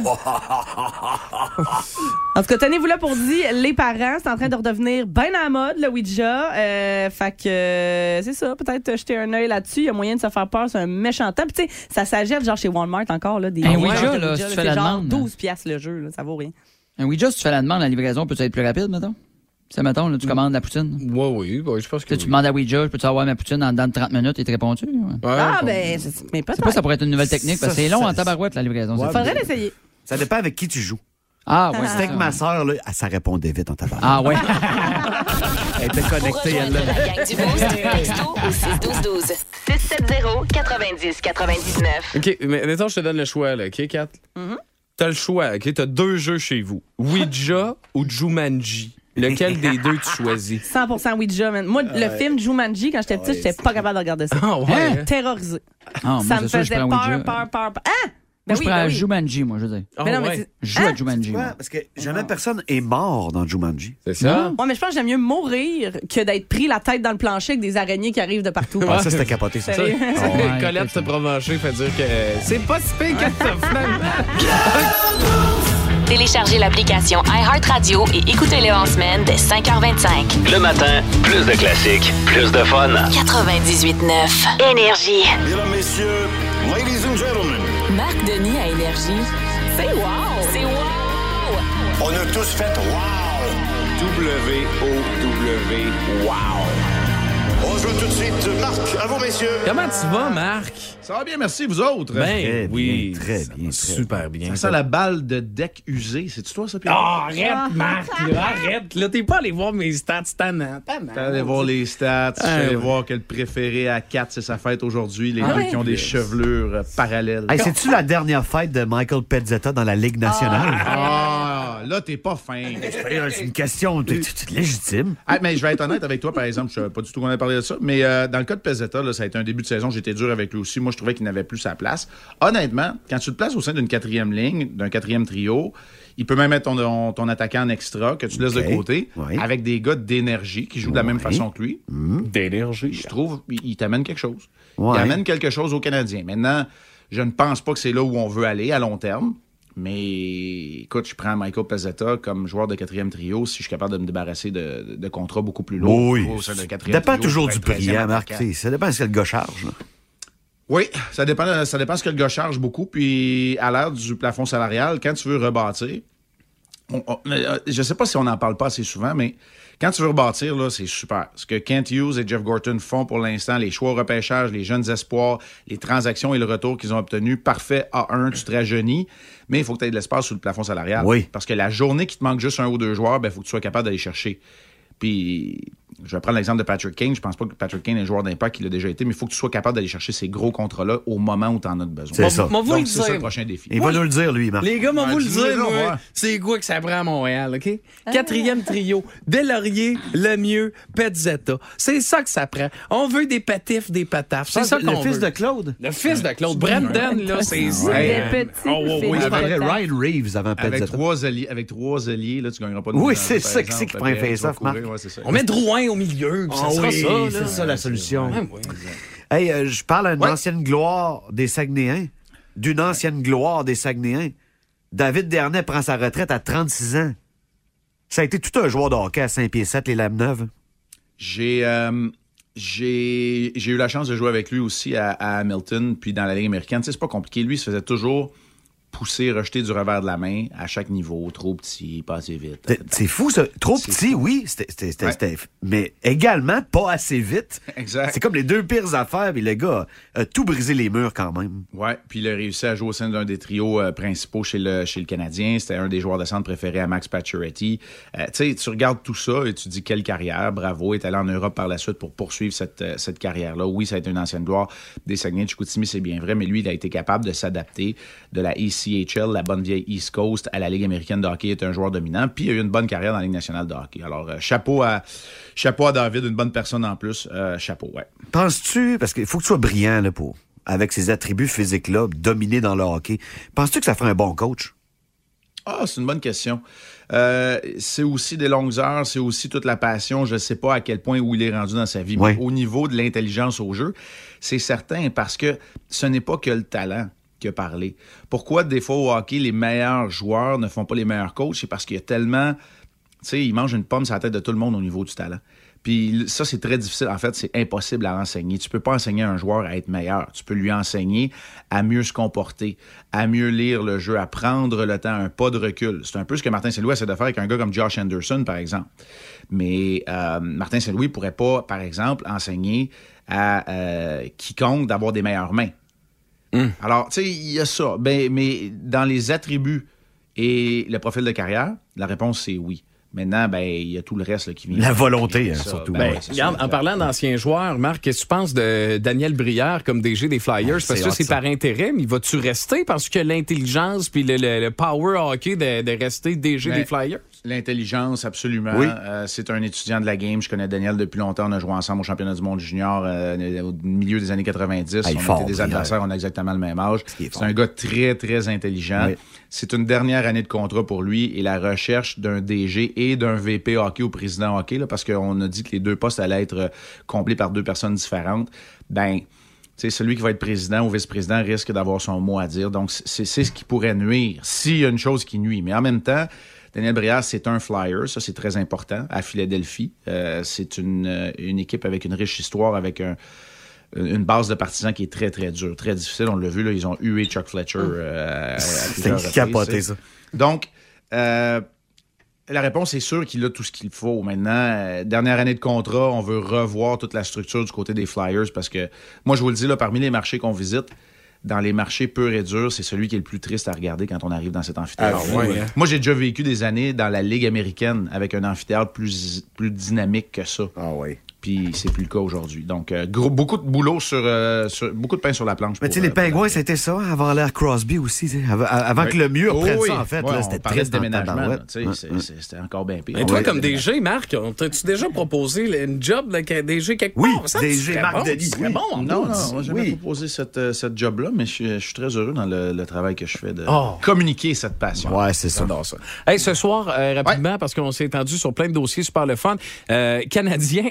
En tout cas, tenez-vous là pour dire, les parents, c'est en train de redevenir bien à la mode, le Ouija. Fait que, c'est ça, peut-être jeter un œil là-dessus. Il y a moyen de se faire peur, c'est un méchant temps. Puis tu sais, ça s'agite genre chez Walmart encore, là, des Ouija, là, si tu fais la demande. 12$ le jeu, là, ça vaut rien. Un Ouija, si tu fais la demande, la livraison peut être plus rapide, mettons? C'est, mettons, là, tu commandes la poutine. Oui, je pense que tu demandes à Ouija, peux-tu avoir ma poutine en dedans de 30 minutes et te réponds-tu? Mais peut-être. C'est pas, ça pourrait être une nouvelle technique, parce que c'est long en tabarouette, la livraison. Faudrait l'essayer. Ça dépend avec qui tu joues. C'était avec ma soeur, là, ça répondait vite en tabarouette. Elle était connectée, elle. La gang du Boost, texto au 612-12. 670-90-99. OK, mais mettons, je te donne le choix, là, OK, Kat? T'as le choix, OK? T'as 2 jeux chez vous. Ouija ou Jumanji? Lequel des deux tu choisis? 100% Ouija, man. Moi, le film Jumanji, quand j'étais petite, j'étais pas capable de regarder ça. Terrorisé. Ça me faisait peur. Moi, je prends Jumanji, moi, je veux dire. Je joue à Jumanji. Parce que jamais personne est mort dans Jumanji. C'est ça? Ouais, mais je pense que j'aime mieux mourir que d'être pris la tête dans le plancher avec des araignées qui arrivent de partout. Ça, c'était capoté, ça. Colette te provencher fait dire que c'est pas si pire que ça, finalement. Téléchargez l'application iHeartRadio et écoutez-le en semaine dès 5h25. Le matin, plus de classiques, plus de fun. 98.9 Énergie. Mesdames, messieurs, ladies and gentlemen. Marc Denis à Énergie. C'est wow! C'est wow! On a tous fait wow! W-O-W, wow! On joue tout de suite. Marc, à vous, messieurs. Comment tu vas, Marc? Ça va bien, merci, vous autres. Ben oui, très bien. Super bien. Ça sent la balle de deck usée. C'est-tu toi, ça, Pierre? Arrête, Marc, là, arrête. Là, t'es pas allé voir mes stats, tannant. T'es allé voir les stats. Je suis allé voir que le préféré à 4, c'est sa fête aujourd'hui. Les deux qui ont des chevelures parallèles. Hey, c'est-tu la dernière fête de Michael Pezzetta dans la Ligue nationale? Là, t'es pas fin. C'est une question légitime. Mais je vais être honnête avec toi, par exemple. Je ne sais pas du tout qu'on a parlé de ça. Mais dans le cas de Pezzetta, là, ça a été un début de saison. J'étais dur avec lui aussi. Moi, je trouvais qu'il n'avait plus sa place. Honnêtement, quand tu te places au sein d'une 4e ligne, d'un 4e trio, il peut même être ton attaquant en extra que tu laisses de côté avec des gars d'énergie qui jouent de la même façon que lui. D'énergie. Je trouve qu'il t'amène quelque chose. Il amène quelque chose aux Canadiens. Maintenant, Je ne pense pas que c'est là où on veut aller à long terme. Mais écoute, je prends Michael Pezzetta comme joueur de 4e trio si je suis capable de me débarrasser de contrats beaucoup plus lourds. Oui. Ça dépend toujours du prix, hein, Marc. Ça dépend de ce que le gars charge. Là. Oui, ça dépend de ce que le gars charge beaucoup. Puis à l'ère du plafond salarial, quand tu veux rebâtir, je ne sais pas si on n'en parle pas assez souvent, mais quand tu veux rebâtir, là, c'est super. Ce que Kent Hughes et Jeff Gorton font pour l'instant, les choix au repêchage, les jeunes espoirs, les transactions et le retour qu'ils ont obtenu, parfait A1, tu te rajeunis, mais il faut que tu aies de l'espace sous le plafond salarial. Oui. Parce que la journée qu'il te manque juste 1 ou 2 joueurs, il faut que tu sois capable d'aller chercher. Puis, je vais prendre l'exemple de Patrick Kane. Je pense pas que Patrick Kane est un joueur d'impact, il l'a déjà été, mais il faut que tu sois capable d'aller chercher ces gros contrats-là au moment où tu en as besoin. C'est ça. Donc, c'est ça le prochain défi. Il va nous le dire, lui, Marc. Les gars, moi, vous le dire, moi, c'est quoi que ça prend à Montréal, OK? 4e trio, Deslauriers, Lemieux, Pezzetta. C'est ça que ça prend. On veut des patifs, des patafs. C'est ça qu'on veut. Le fils de Claude. Le fils de Claude. Brandon, là, c'est... Des petits. Oui, Ryan Reeves avant Pezzetta. Avec 3 alliés, là, tu gagneras pas de Oui, c'est ça qui prend un face-off, Marc. On met Drouin au milieu. Ça sera ça, là. C'est ça la solution. Ouais, ouais. Hey, je parle à une ancienne gloire des Saguenayens. D'une ancienne gloire des Saguenayens. David Dernay prend sa retraite à 36 ans. Ça a été tout un joueur de hockey à Saint-Pierre-7, les Lames-Neuves. J'ai eu la chance de jouer avec lui aussi à Hamilton, puis dans la Ligue américaine. Tu sais, c'est pas compliqué. Lui, il se faisait toujours pousser, rejeter du revers de la main à chaque niveau. Trop petit, pas assez vite. C'est fou, ça. Trop petit, fou. Oui. C'était mais également pas assez vite. Exact. C'est comme les deux pires affaires, puis le gars a tout brisé les murs quand même. Ouais, puis il a réussi à jouer au sein d'un des trios principaux chez le Canadien. C'était un des joueurs de centre préférés à Max Pacioretty. Tu sais, tu regardes tout ça et tu dis quelle carrière. Bravo, il est allé en Europe par la suite pour poursuivre cette carrière-là. Oui, ça a été une ancienne gloire des Saguenay de Chicoutimi, c'est bien vrai, mais lui, il a été capable de s'adapter de la ECHL, la bonne vieille East Coast, à la Ligue américaine de hockey. Il est un joueur dominant, puis il a eu une bonne carrière dans la Ligue nationale de hockey. Alors, chapeau à David, une bonne personne en plus. Chapeau, ouais. Penses-tu, parce qu'il faut que tu sois brillant là, avec ces attributs physiques-là, dominés dans le hockey, penses-tu que ça ferait un bon coach? Ah, c'est une bonne question. C'est aussi des longues heures, c'est aussi toute la passion. Je ne sais pas à quel point où il est rendu dans sa vie. Oui. Mais au niveau de l'intelligence au jeu, c'est certain parce que ce n'est pas que le talent qui a parlé. Pourquoi des fois au hockey, les meilleurs joueurs ne font pas les meilleurs coachs? C'est parce qu'il y a tellement... Tu sais, ils mangent une pomme sur la tête de tout le monde au niveau du talent. Puis ça, c'est très difficile. En fait, c'est impossible à enseigner. Tu peux pas enseigner à un joueur à être meilleur. Tu peux lui enseigner à mieux se comporter, à mieux lire le jeu, à prendre le temps, un pas de recul. C'est un peu ce que Martin Saint-Louis essaie de faire avec un gars comme Josh Anderson, par exemple. Mais Martin Saint-Louis pourrait pas, par exemple, enseigner à quiconque d'avoir des meilleures mains. Alors, tu sais, il y a ça. Mais dans les attributs et le profil de carrière, la réponse, c'est oui. Maintenant, il y a tout le reste là, qui vient. La volonté, surtout. Regarde, en parlant d'anciens joueurs, Marc, qu'est-ce que tu penses de Daniel Brière comme DG des Flyers? Parce que c'est par intérim. Il va-tu rester parce que l'intelligence puis le power hockey de rester DG des Flyers? L'intelligence, absolument. Oui. C'est un étudiant de la game. Je connais Daniel depuis longtemps. On a joué ensemble au championnat du monde junior au milieu des années 90. On était des adversaires, on a exactement le même âge. C'est un gars très, très intelligent. Oui. C'est une dernière année de contrat pour lui et la recherche d'un DG et d'un VP hockey ou président hockey, là, parce qu'on a dit que les deux postes allaient être comblés par deux personnes différentes. Celui qui va être président ou vice-président risque d'avoir son mot à dire. Donc, c'est ce qui pourrait nuire, s'il y a une chose qui nuit. Mais en même temps, Daniel Brière, c'est un Flyer, ça c'est très important, à Philadelphie. C'est une équipe avec une riche histoire, avec une base de partisans qui est très, très dure, très difficile. On l'a vu, là, ils ont hué Chuck Fletcher à plusieurs reprises. C'est capoté, ça. Donc, la réponse, c'est sûr qu'il a tout ce qu'il faut. Maintenant, dernière année de contrat, on veut revoir toute la structure du côté des Flyers parce que, moi, je vous le dis, là, parmi les marchés qu'on visite, dans les marchés purs et durs, c'est celui qui est le plus triste à regarder quand on arrive dans cet amphithéâtre. Moi, j'ai déjà vécu des années dans la Ligue américaine avec un amphithéâtre plus dynamique que ça. Ah oui. Puis c'est plus le cas aujourd'hui. Donc, beaucoup de boulot sur beaucoup de pain sur la planche. Mais tu sais, les Pingouins, c'était ça, avant l'ère Crosby aussi. Avant que le mur prenne ça, en fait. Ouais, là, c'était très de déménagement. C'était encore bien pire. Et toi, comme DG, Marc, t'as-tu déjà proposé une job de DG quelque part? Oui, ça, DG Marc Denis. Oui. Bon, non, moi, j'ai jamais proposé cette job-là, mais je suis très heureux dans le travail que je fais de communiquer cette passion. Ouais, c'est ça. J'adore ça. Hey, ce soir, rapidement, parce qu'on s'est étendu sur plein de dossiers super le fun, Canadien à Valence.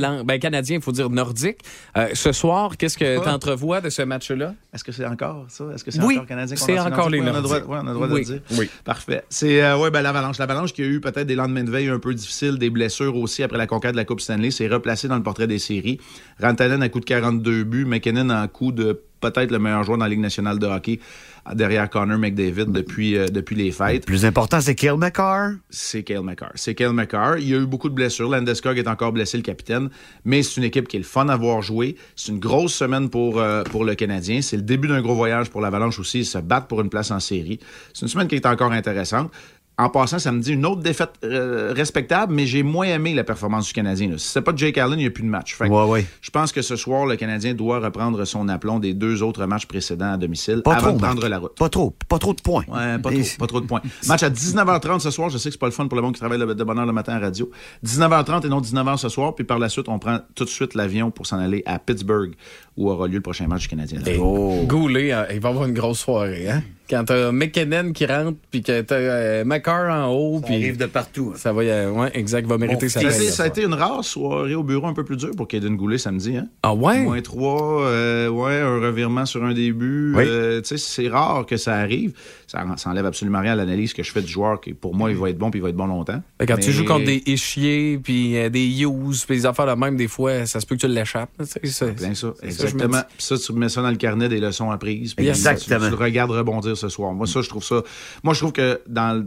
Canadien, il faut dire nordique. Ce soir, qu'est-ce que tu entrevois de ce match-là? Est-ce que c'est encore ça? Est-ce que c'est Oui, encore Canadien? c'est encore les Nordiques. On a le droit de le dire. Oui. Parfait. C'est l'Avalanche. L'Avalanche qui a eu peut-être des lendemains de veille un peu difficiles, des blessures aussi après la conquête de la Coupe Stanley, s'est replacé dans le portrait des séries. Rantanen à coup de 42 buts, McKinnon en coup de peut-être le meilleur joueur dans la Ligue nationale de hockey derrière Connor McDavid depuis les fêtes. Le plus important, c'est Cale Makar. C'est Cale Makar. Il y a eu beaucoup de blessures. Landeskog est encore blessé, le capitaine. Mais c'est une équipe qui est le fun à voir jouer. C'est une grosse semaine pour le Canadien. C'est le début d'un gros voyage pour l'Avalanche aussi. Ils se battent pour une place en série. C'est une semaine qui est encore intéressante. En passant, ça me dit une autre défaite respectable, mais j'ai moins aimé la performance du Canadien. Là. Si c'est pas Jake Allen, il n'y a plus de match. Je pense que ce soir, le Canadien doit reprendre son aplomb des 2 autres matchs précédents à domicile avant de prendre la route. Pas trop de points. Ouais, pas trop de points. Match à 19h30 ce soir. Je sais que c'est pas le fun pour le monde qui travaille de bonne heure le matin à radio. 19h30 et non 19h ce soir. Puis par la suite, on prend tout de suite l'avion pour s'en aller à Pittsburgh, où aura lieu le prochain match du Canadien. Goulet, il va avoir une grosse soirée, hein? Quand t'as McKinnon qui rentre, puis que t'as Makar en haut, puis arrive de partout. Hein. Ça va, exact, va mériter sa place. Ça a été une rare soirée au bureau un peu plus dure pour Kaden Goulet samedi. Hein? Ah ouais? -3, un revirement sur un début. Oui. C'est rare que ça arrive. Ça enlève absolument rien à l'analyse que je fais du joueur, qui pour moi, il va être bon, puis il va être bon longtemps. Quand tu joues contre des Ischiers, puis des Hughes, puis des affaires de même, des fois, ça se peut que tu l'échappes. C'est bien ça, exactement. Puis ça, tu mets ça dans le carnet des leçons apprises. Exactement. Tu le regardes rebondir ce soir. Moi, je trouve que dans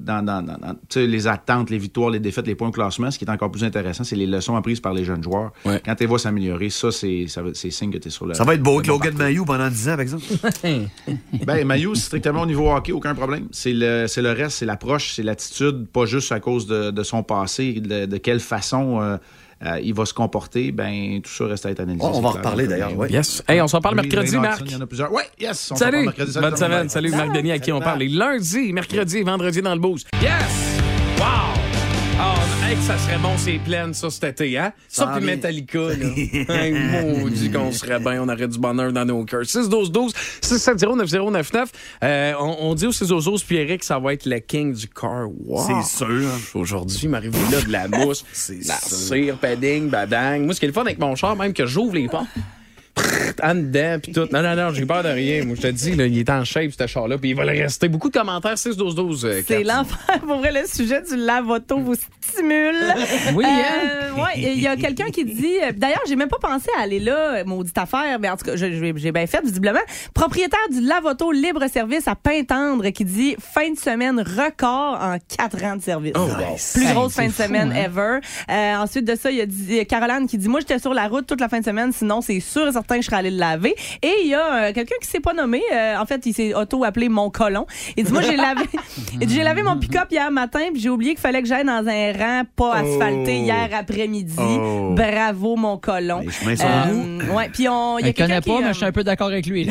les attentes, les victoires, les défaites, les points au classement, ce qui est encore plus intéressant, c'est les leçons apprises par les jeunes joueurs. Ouais. Quand tu les vois s'améliorer, c'est signe que tu es sur le... Ça va être beau avec Logan Mailloux pendant 10 ans, par exemple. Mailloux, strictement au niveau hockey, aucun problème. C'est le reste, c'est l'approche, c'est l'attitude, pas juste à cause de son passé, de quelle façon... il va se comporter, tout ça reste à être analysé. On va en reparler d'ailleurs. Oui. Yes. Hey, on s'en parle mercredi, Marc. Il y en a plusieurs. Oui, yes. Salut. Bonne semaine. Salut, Marc Denis, à qui on parle. Les lundis, mercredi et vendredi dans le boost. Yes. Wow. Que ça serait bon, c'est plein, ça, cet été, hein? Ça, puis Metallica, là. Maudit qu'on serait bien, on aurait du bonheur dans nos cœurs. 6-12-12, 670-9099. On dit au 6-12-12, puis Eric, ça va être le king du car. Wow. C'est sûr. Hein? Aujourd'hui, il m'arrive là de la mousse, de la cire, padding, badang. Moi, ce qui est le fun avec mon char, même que j'ouvre les portes, en dedans, puis tout. Non, j'ai peur de rien. Moi, je te dis, là, il est en shape, ce char-là, puis il va le rester. Beaucoup de commentaires, 6-12-12. C'est l'enfer. Pour vrai, le sujet du lave-auto vous stimule. Oui, hein? Il y a quelqu'un qui dit... D'ailleurs, j'ai même pas pensé à aller là, maudite affaire, mais en tout cas, j'ai bien fait, visiblement. Propriétaire du lave-auto libre-service à Pintendre qui dit fin de semaine record en 4 ans de service. Oh, plus grosse fin de semaine ever. Ensuite de ça, il y a dit, Caroline qui dit moi, j'étais sur la route toute la fin de semaine, sinon c'est sûr et certain que je serais allée le laver. Et il y a quelqu'un qui s'est pas nommé. En fait, il s'est auto-appelé Mon Colon. Il dit moi, j'ai lavé mon pick-up hier matin, puis j'ai oublié qu'il fallait que j'aille dans un rang pas asphalté hier après-midi. Bravo, Mon Colon. Ouais, puis il y a quelqu'un qui... mais je suis un peu d'accord avec lui.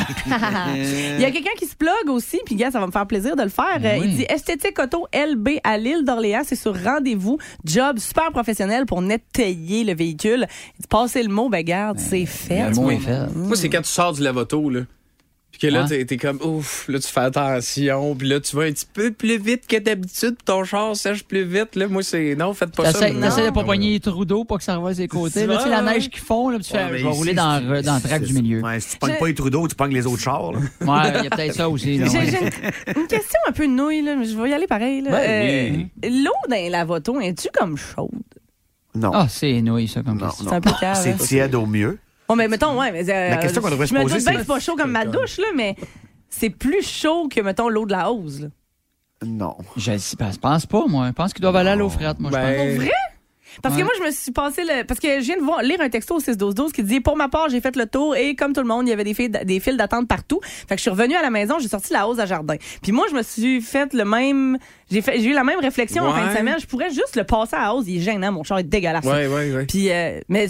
Il y a quelqu'un qui se plug aussi, puis gars, ça va me faire plaisir de le faire. Il dit Esthétique Auto LB à l'île d'Orléans, c'est sur rendez-vous. Job super professionnel pour nettoyer le véhicule. Il dit passez le mot, garde, c'est fait. Le mot est fait. Moi, c'est quand tu sors du lave-auto, là. Puis que là, t'es comme, ouf, là, tu fais attention, puis là, tu vas un petit peu plus vite que d'habitude, puis ton char sèche plus vite. Là, moi, c'est, non, faites pas ça. T'essaies de pas pogner les trous d'eau, pas que ça revoie ses côtés. Là, tu sais, la neige qui fond, là, tu fais, je vais rouler dans le track du milieu. Ouais, si tu pognes pas les trous d'eau, tu pognes les autres chars. Là. Ouais, il y a peut-être ça aussi. Là, j'ai une question un peu nouille, là, mais je vais y aller pareil. Là. L'eau dans les lave-auto, es-tu comme chaude? Non. Ah, c'est nouille, ça, comme question. C'est un peu calme. C'est tiède au mieux. Oh, mais mettons, ouais, mais la question qu'on devrait se poser, c'est... Je me doute bien que c'est pas chaud comme ma douche, là, mais c'est plus chaud que, mettons, l'eau de la hausse, là. Non. Je pense pas, moi. Je pense qu'ils doivent aller à l'eau frette, moi, je pense. Pour vrai? Parce que moi, je me suis passé parce que je viens de lire un texto au 6-12-12 qui dit pour ma part, j'ai fait le tour et comme tout le monde, il y avait des files d'attente partout. Fait que je suis revenue à la maison, j'ai sorti la hausse à jardin. Puis moi, je me suis fait le même. J'ai eu la même réflexion en fin de semaine. Je pourrais juste le passer à la hausse. Il est gênant, mon char est dégueulasse. Ouais. Puis, mais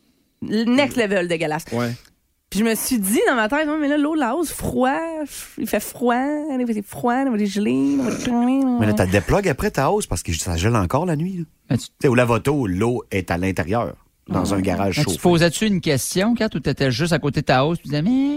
next level dégueulasse. Ouais. Puis je me suis dit dans ma tête, mais là, l'eau de la hausse, froid, il fait froid, c'est froid, il va des gelées. Mais là, t'as déplugues après ta hausse parce que ça gèle encore la nuit. Tu sais, au lave-auto, l'eau est à l'intérieur. dans un garage Tu chauffé. te posais-tu une question, Kat, ou t'étais juste à côté de ta hausse, tu disais, mais,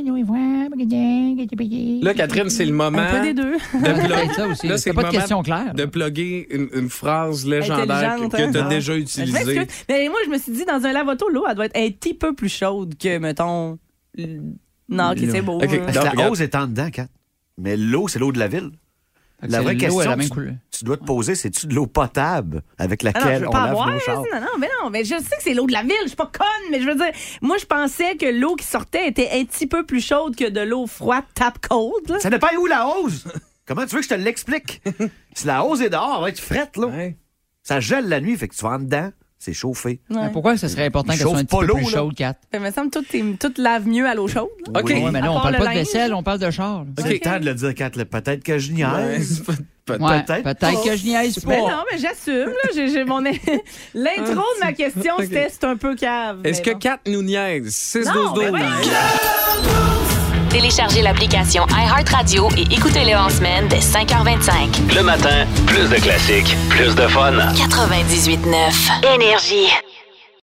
Là, Catherine, c'est le moment. Un peu des deux. ça aussi. Là, C'est c'est pas le de moment question claire. de plugger une phrase légendaire Intelligente, que tu as hein? déjà Je utilisée. m'excuse. Mais moi, je me suis dit, dans un lave-auto, l'eau, elle doit être un petit peu plus chaude que, mettons... Non, OK, c'est beau. OK. Parce que la hausse est en dedans, Kat. Mais l'eau, c'est l'eau de la ville. La vraie question tu dois te poser, c'est-tu de l'eau potable avec laquelle on lave nos chars? Non, mais je sais que c'est l'eau de la ville, je suis pas conne, mais je veux dire, moi, je pensais que l'eau qui sortait était un petit peu plus chaude que de l'eau froide, tap cold. Là. Ça dépend où la hausse. Comment tu veux que je te l'explique? Si la hausse est dehors, elle va être frette, là. Ouais. Ça gèle la nuit, fait que tu vas en dedans. C'est chauffé. Ouais. Pourquoi ça serait important qu'elle soit un petit peu plus chaude, Kat? Il me semble que tout lave mieux à l'eau chaude. Là. OK. Oui, mais là, on parle pas de vaisselle, on parle de char. C'est le temps de le dire, Kat. Peut-être que je niaise. Peut-être que je niaise pas. Mais non, mais j'assume. Là, j'ai mon... L'intro de ma question, c'était c'est un peu cave. Est-ce que Kat nous niaise? 6-12-12. Téléchargez l'application iHeartRadio et écoutez-le en semaine dès 5h25. Le matin, plus de classiques, plus de fun. 98.9 Énergie.